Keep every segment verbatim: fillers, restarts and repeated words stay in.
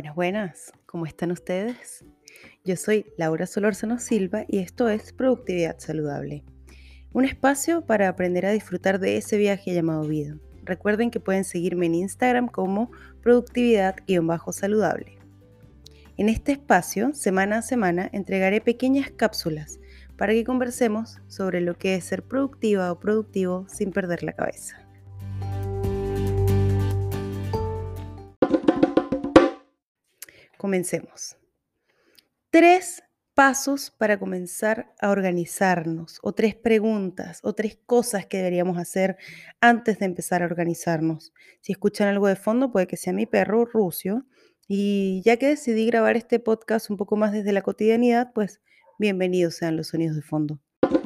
Buenas, buenas, ¿cómo están ustedes? Yo soy Laura Solórzano Silva y esto es Productividad Saludable, un espacio para aprender a disfrutar de ese viaje llamado vida. Recuerden que pueden seguirme en Instagram como productividad-saludable. En este espacio, semana a semana, entregaré pequeñas cápsulas para que conversemos sobre lo que es ser productiva o productivo sin perder la cabeza. Comencemos. Tres pasos para comenzar a organizarnos, o tres preguntas, o tres cosas que deberíamos hacer antes de empezar a organizarnos. Si escuchan algo de fondo, puede que sea mi perro Rucio. Y ya que decidí grabar este podcast un poco más desde la cotidianidad, pues bienvenidos sean los sonidos de fondo.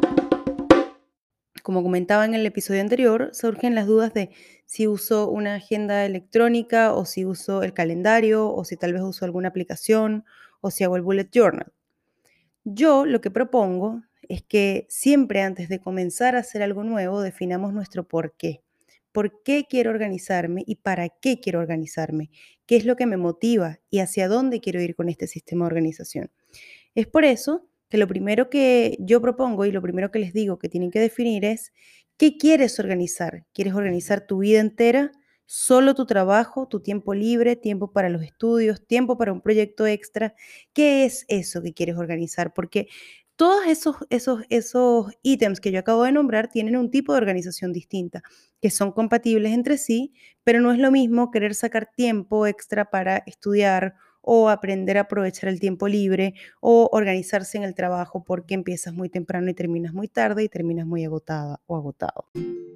Como comentaba en el episodio anterior, surgen las dudas de si uso una agenda electrónica o si uso el calendario o si tal vez uso alguna aplicación o si hago el bullet journal. Yo lo que propongo es que siempre antes de comenzar a hacer algo nuevo definamos nuestro por qué. ¿Por qué quiero organizarme y para qué quiero organizarme? ¿Qué es lo que me motiva y hacia dónde quiero ir con este sistema de organización? Es por eso que lo primero que yo propongo y lo primero que les digo que tienen que definir es qué quieres organizar. ¿Quieres organizar tu vida entera? ¿Solo tu trabajo, tu tiempo libre, tiempo para los estudios, tiempo para un proyecto extra? ¿Qué es eso que quieres organizar? Porque todos esos, esos, esos ítems que yo acabo de nombrar tienen un tipo de organización distinta, que son compatibles entre sí, pero no es lo mismo querer sacar tiempo extra para estudiar o aprender a aprovechar el tiempo libre o organizarse en el trabajo porque empiezas muy temprano y terminas muy tarde y terminas muy agotada o agotado.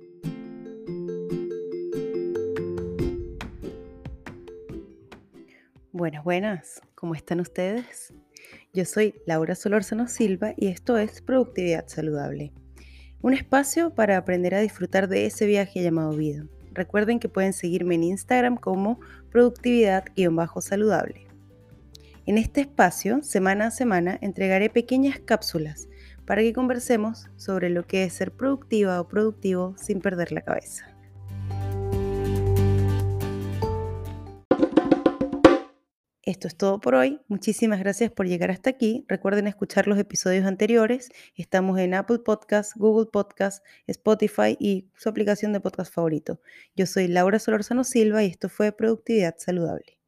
Buenas, buenas, ¿cómo están ustedes? Yo soy Laura Solórzano Silva y esto es Productividad Saludable, un espacio para aprender a disfrutar de ese viaje llamado vida. Recuerden que pueden seguirme en Instagram como productividad-saludable. En este espacio, semana a semana, entregaré pequeñas cápsulas para que conversemos sobre lo que es ser productiva o productivo sin perder la cabeza. Esto es todo por hoy. Muchísimas gracias por llegar hasta aquí. Recuerden escuchar los episodios anteriores. Estamos en Apple Podcasts, Google Podcasts, Spotify y su aplicación de podcast favorito. Yo soy Laura Solórzano Silva y esto fue Productividad Saludable.